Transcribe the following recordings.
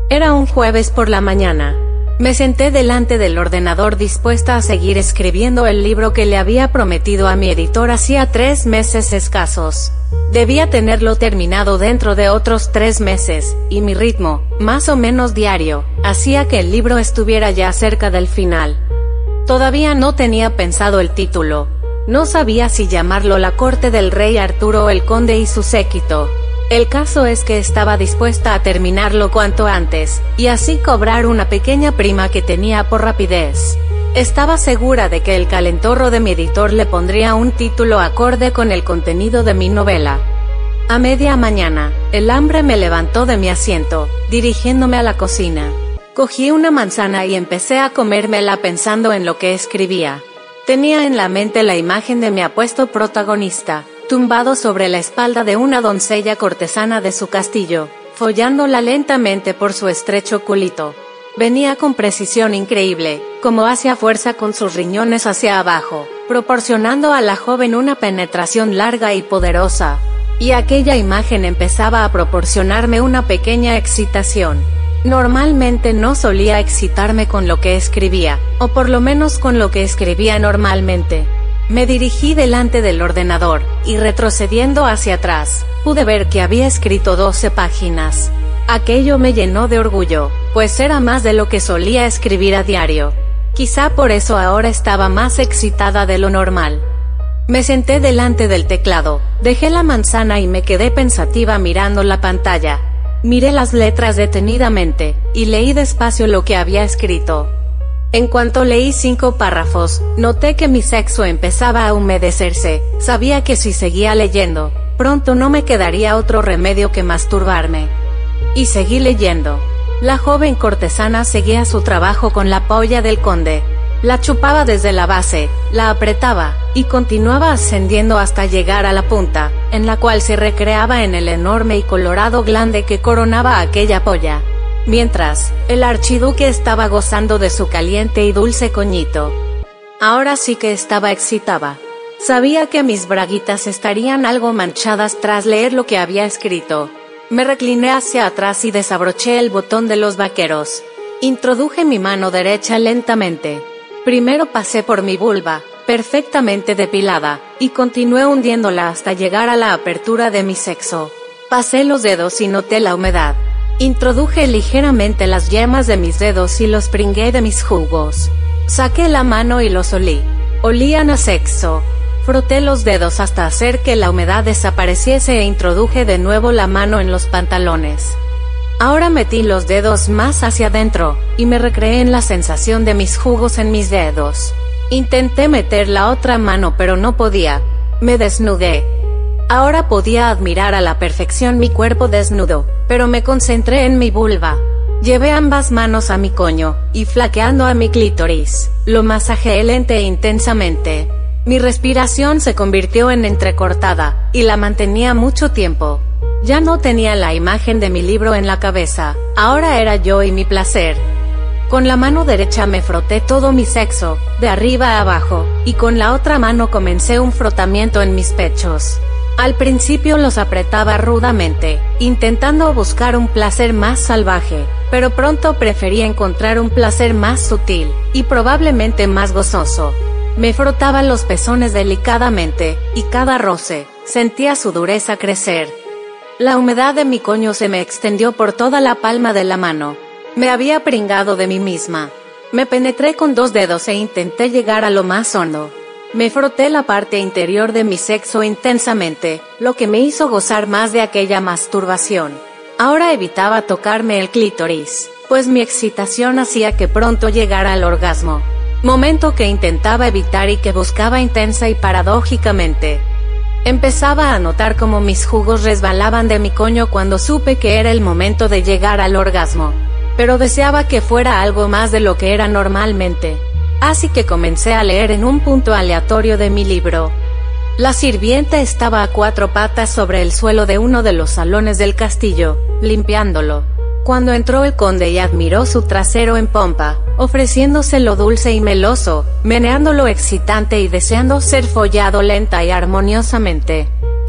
Era un jueves por la mañana. Me senté delante del ordenador dispuesta a seguir escribiendo el libro que le había prometido a mi editor hacía 3 meses escasos. Debía tenerlo terminado dentro de otros 3 meses, y mi ritmo, más o menos diario, hacía que el libro estuviera ya cerca del final. Todavía no tenía pensado el título. No sabía si llamarlo La corte del rey Arturo o el conde y su séquito. El caso es que estaba dispuesta a terminarlo cuanto antes, y así cobrar una pequeña prima que tenía por rapidez. Estaba segura de que el calentorro de mi editor le pondría un título acorde con el contenido de mi novela. A media mañana, el hambre me levantó de mi asiento, dirigiéndome a la cocina. Cogí una manzana y empecé a comérmela pensando en lo que escribía. Tenía en la mente la imagen de mi apuesto protagonista, tumbado sobre la espalda de una doncella cortesana de su castillo, follándola lentamente por su estrecho culito. Venía con precisión increíble, como hacía fuerza con sus riñones hacia abajo, proporcionando a la joven una penetración larga y poderosa. Y aquella imagen empezaba a proporcionarme una pequeña excitación. Normalmente no solía excitarme con lo que escribía, o por lo menos con lo que escribía normalmente. Me dirigí delante del ordenador, y retrocediendo hacia atrás, pude ver que había escrito 12 páginas. Aquello me llenó de orgullo, pues era más de lo que solía escribir a diario. Quizá por eso ahora estaba más excitada de lo normal. Me senté delante del teclado, dejé la manzana y me quedé pensativa mirando la pantalla. Miré las letras detenidamente, y leí despacio lo que había escrito. En cuanto leí 5 párrafos, noté que mi sexo empezaba a humedecerse. Sabía que si seguía leyendo, pronto no me quedaría otro remedio que masturbarme. Y seguí leyendo. La joven cortesana seguía su trabajo con la polla del conde. La chupaba desde la base, la apretaba, y continuaba ascendiendo hasta llegar a la punta, en la cual se recreaba en el enorme y colorado glande que coronaba aquella polla. Mientras, el archiduque estaba gozando de su caliente y dulce coñito. Ahora sí que estaba excitada. Sabía que mis braguitas estarían algo manchadas tras leer lo que había escrito. Me recliné hacia atrás y desabroché el botón de los vaqueros. Introduje mi mano derecha lentamente. Primero pasé por mi vulva, perfectamente depilada, y continué hundiéndola hasta llegar a la apertura de mi sexo. Pasé los dedos y noté la humedad. Introduje ligeramente las yemas de mis dedos y los pringué de mis jugos. Saqué la mano y los olí. Olían a sexo. Froté los dedos hasta hacer que la humedad desapareciese e introduje de nuevo la mano en los pantalones. Ahora metí los dedos más hacia adentro, y me recreé en la sensación de mis jugos en mis dedos. Intenté meter la otra mano pero no podía. Me desnudé. Ahora podía admirar a la perfección mi cuerpo desnudo, pero me concentré en mi vulva. Llevé ambas manos a mi coño, y flaqueando a mi clítoris, lo masajeé lenta e intensamente. Mi respiración se convirtió en entrecortada, y la mantenía mucho tiempo. Ya no tenía la imagen de mi libro en la cabeza, ahora era yo y mi placer. Con la mano derecha me froté todo mi sexo, de arriba a abajo, y con la otra mano comencé un frotamiento en mis pechos. Al principio los apretaba rudamente, intentando buscar un placer más salvaje, pero pronto preferí encontrar un placer más sutil, y probablemente más gozoso. Me frotaba los pezones delicadamente, y cada roce, sentía su dureza crecer. La humedad de mi coño se me extendió por toda la palma de la mano. Me había pringado de mí misma. Me penetré con 2 dedos e intenté llegar a lo más hondo. Me froté la parte interior de mi sexo intensamente, lo que me hizo gozar más de aquella masturbación. Ahora evitaba tocarme el clítoris, pues mi excitación hacía que pronto llegara al orgasmo. Momento que intentaba evitar y que buscaba intensa y paradójicamente. Empezaba a notar cómo mis jugos resbalaban de mi coño cuando supe que era el momento de llegar al orgasmo. Pero deseaba que fuera algo más de lo que era normalmente. Así que comencé a leer en un punto aleatorio de mi libro. La sirvienta estaba a 4 patas sobre el suelo de uno de los salones del castillo, limpiándolo. Cuando entró el conde y admiró su trasero en pompa, ofreciéndoselo dulce y meloso, meneándolo excitante y deseando ser follado lenta y armoniosamente.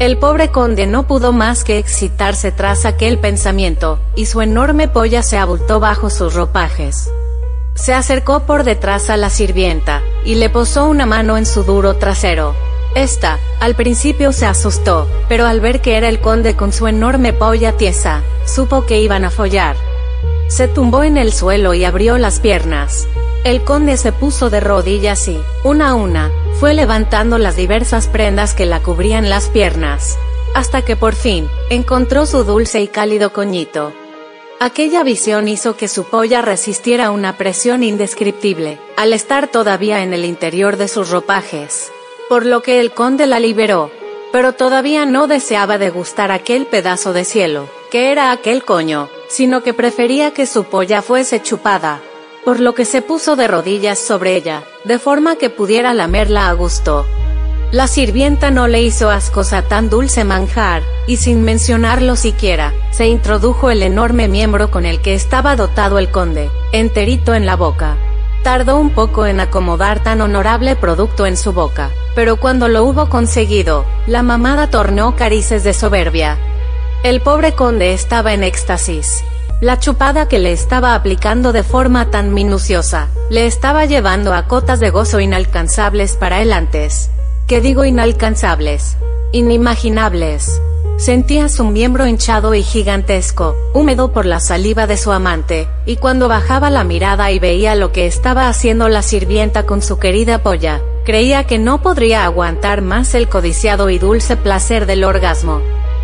El pobre conde no pudo más que excitarse tras aquel pensamiento, y su enorme polla se abultó bajo sus ropajes. Se acercó por detrás a la sirvienta, y le posó una mano en su duro trasero. Esta, al principio se asustó, pero al ver que era el conde con su enorme polla tiesa, supo que iban a follar. Se tumbó en el suelo y abrió las piernas. El conde se puso de rodillas y, una a una, fue levantando las diversas prendas que la cubrían las piernas, hasta que por fin, encontró su dulce y cálido coñito. Aquella visión hizo que su polla resistiera una presión indescriptible, al estar todavía en el interior de sus ropajes, por lo que el conde la liberó, pero todavía no deseaba degustar aquel pedazo de cielo, que era aquel coño, sino que prefería que su polla fuese chupada, por lo que se puso de rodillas sobre ella, de forma que pudiera lamerla a gusto. La sirvienta no le hizo ascos a tan dulce manjar, y sin mencionarlo siquiera, se introdujo el enorme miembro con el que estaba dotado el conde, enterito en la boca. Tardó un poco en acomodar tan honorable producto en su boca, pero cuando lo hubo conseguido, la mamada tornó carices de soberbia. El pobre conde estaba en éxtasis. La chupada que le estaba aplicando de forma tan minuciosa, le estaba llevando a cotas de gozo inalcanzables para él antes. ¿Qué digo inalcanzables? Inimaginables. Sentía su miembro hinchado y gigantesco, húmedo por la saliva de su amante, y cuando bajaba la mirada y veía lo que estaba haciendo la sirvienta con su querida polla, creía que no podría aguantar más el codiciado y dulce placer del orgasmo.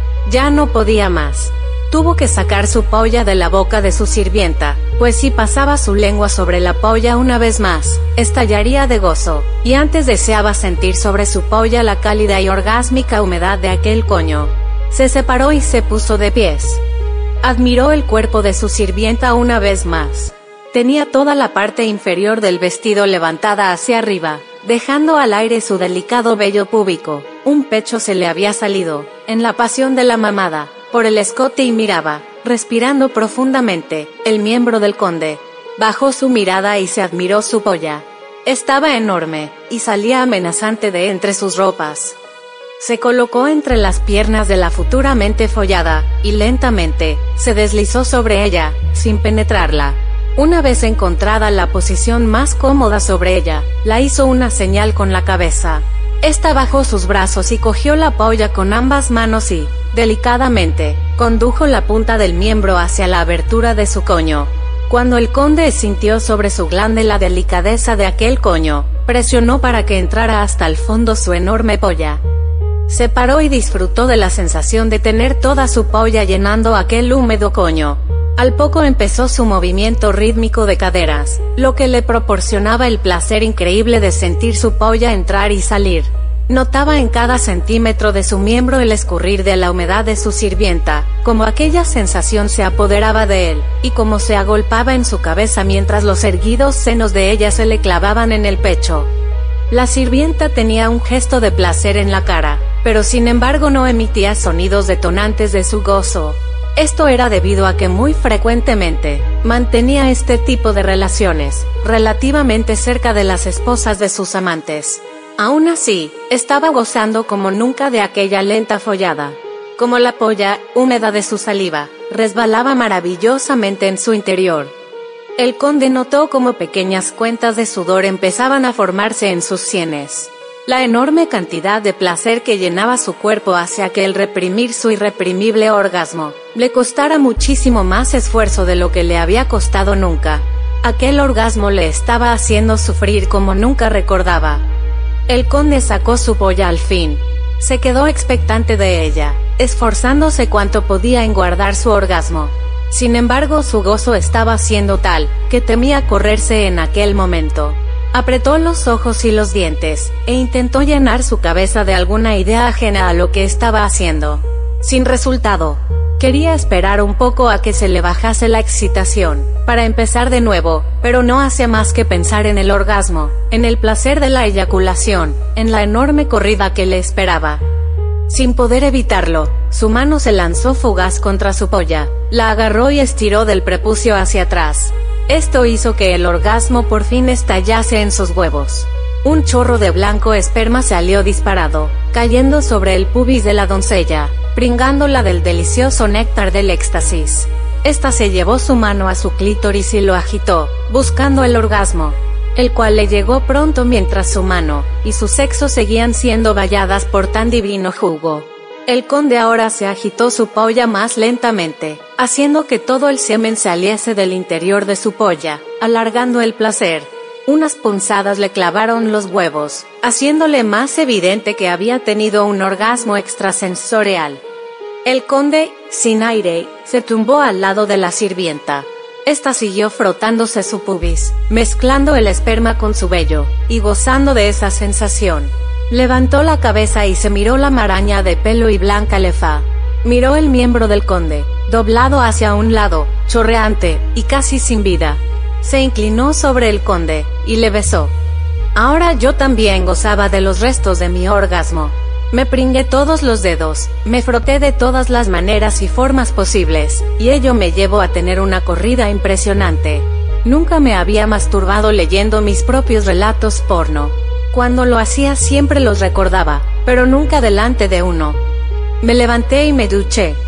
Ya no podía más. Tuvo que sacar su polla de la boca de su sirvienta, pues si pasaba su lengua sobre la polla una vez más, estallaría de gozo, y antes deseaba sentir sobre su polla la cálida y orgásmica humedad de aquel coño. Se separó y se puso de pies. Admiró el cuerpo de su sirvienta una vez más. Tenía toda la parte inferior del vestido levantada hacia arriba, dejando al aire su delicado vello púbico. Un pecho se le había salido, en la pasión de la mamada, por el escote y miraba, respirando profundamente, el miembro del conde. Bajó su mirada y se admiró su polla. Estaba enorme, y salía amenazante de entre sus ropas. Se colocó entre las piernas de la futuramente follada, y lentamente, se deslizó sobre ella, sin penetrarla. Una vez encontrada la posición más cómoda sobre ella, la hizo una señal con la cabeza. Esta bajó sus brazos y cogió la polla con ambas manos y, delicadamente, condujo la punta del miembro hacia la abertura de su coño. Cuando el conde sintió sobre su glande la delicadeza de aquel coño, presionó para que entrara hasta el fondo su enorme polla. Se paró y disfrutó de la sensación de tener toda su polla llenando aquel húmedo coño. Al poco empezó su movimiento rítmico de caderas, lo que le proporcionaba el placer increíble de sentir su polla entrar y salir. Notaba en cada centímetro de su miembro el escurrir de la humedad de su sirvienta, como aquella sensación se apoderaba de él, y como se agolpaba en su cabeza mientras los erguidos senos de ella se le clavaban en el pecho. La sirvienta tenía un gesto de placer en la cara, pero sin embargo no emitía sonidos detonantes de su gozo. Esto era debido a que muy frecuentemente mantenía este tipo de relaciones, relativamente cerca de las esposas de sus amantes. Aún así, estaba gozando como nunca de aquella lenta follada. Como la polla, húmeda de su saliva, resbalaba maravillosamente en su interior. El conde notó como pequeñas cuentas de sudor empezaban a formarse en sus sienes. La enorme cantidad de placer que llenaba su cuerpo hacía que el reprimir su irreprimible orgasmo le costara muchísimo más esfuerzo de lo que le había costado nunca. Aquel orgasmo le estaba haciendo sufrir como nunca recordaba. El conde sacó su polla al fin. Se quedó expectante de ella, esforzándose cuanto podía en guardar su orgasmo. Sin embargo, su gozo estaba siendo tal, que temía correrse en aquel momento. Apretó los ojos y los dientes, e intentó llenar su cabeza de alguna idea ajena a lo que estaba haciendo. Sin resultado. Quería esperar un poco a que se le bajase la excitación, para empezar de nuevo, pero no hacía más que pensar en el orgasmo, en el placer de la eyaculación, en la enorme corrida que le esperaba. Sin poder evitarlo, su mano se lanzó fugaz contra su polla, la agarró y estiró del prepucio hacia atrás. Esto hizo que el orgasmo por fin estallase en sus huevos. Un chorro de blanco esperma salió disparado, cayendo sobre el pubis de la doncella, pringándola del delicioso néctar del éxtasis. Esta se llevó su mano a su clítoris y lo agitó, buscando el orgasmo, el cual le llegó pronto mientras su mano y su sexo seguían siendo bañadas por tan divino jugo. El conde ahora se agitó su polla más lentamente, haciendo que todo el semen saliese del interior de su polla, alargando el placer. Unas punzadas le clavaron los huevos, haciéndole más evidente que había tenido un orgasmo extrasensorial. El conde, sin aire, se tumbó al lado de la sirvienta. Esta siguió frotándose su pubis, mezclando el esperma con su vello, y gozando de esa sensación. Levantó la cabeza y se miró la maraña de pelo y blanca lefa. Miró el miembro del conde, doblado hacia un lado, chorreante, y casi sin vida. Se inclinó sobre el conde, y le besó. Ahora yo también gozaba de los restos de mi orgasmo. Me pringué todos los dedos, me froté de todas las maneras y formas posibles, y ello me llevó a tener una corrida impresionante. Nunca me había masturbado leyendo mis propios relatos porno. Cuando lo hacía siempre los recordaba, pero nunca delante de uno. Me levanté y me duché,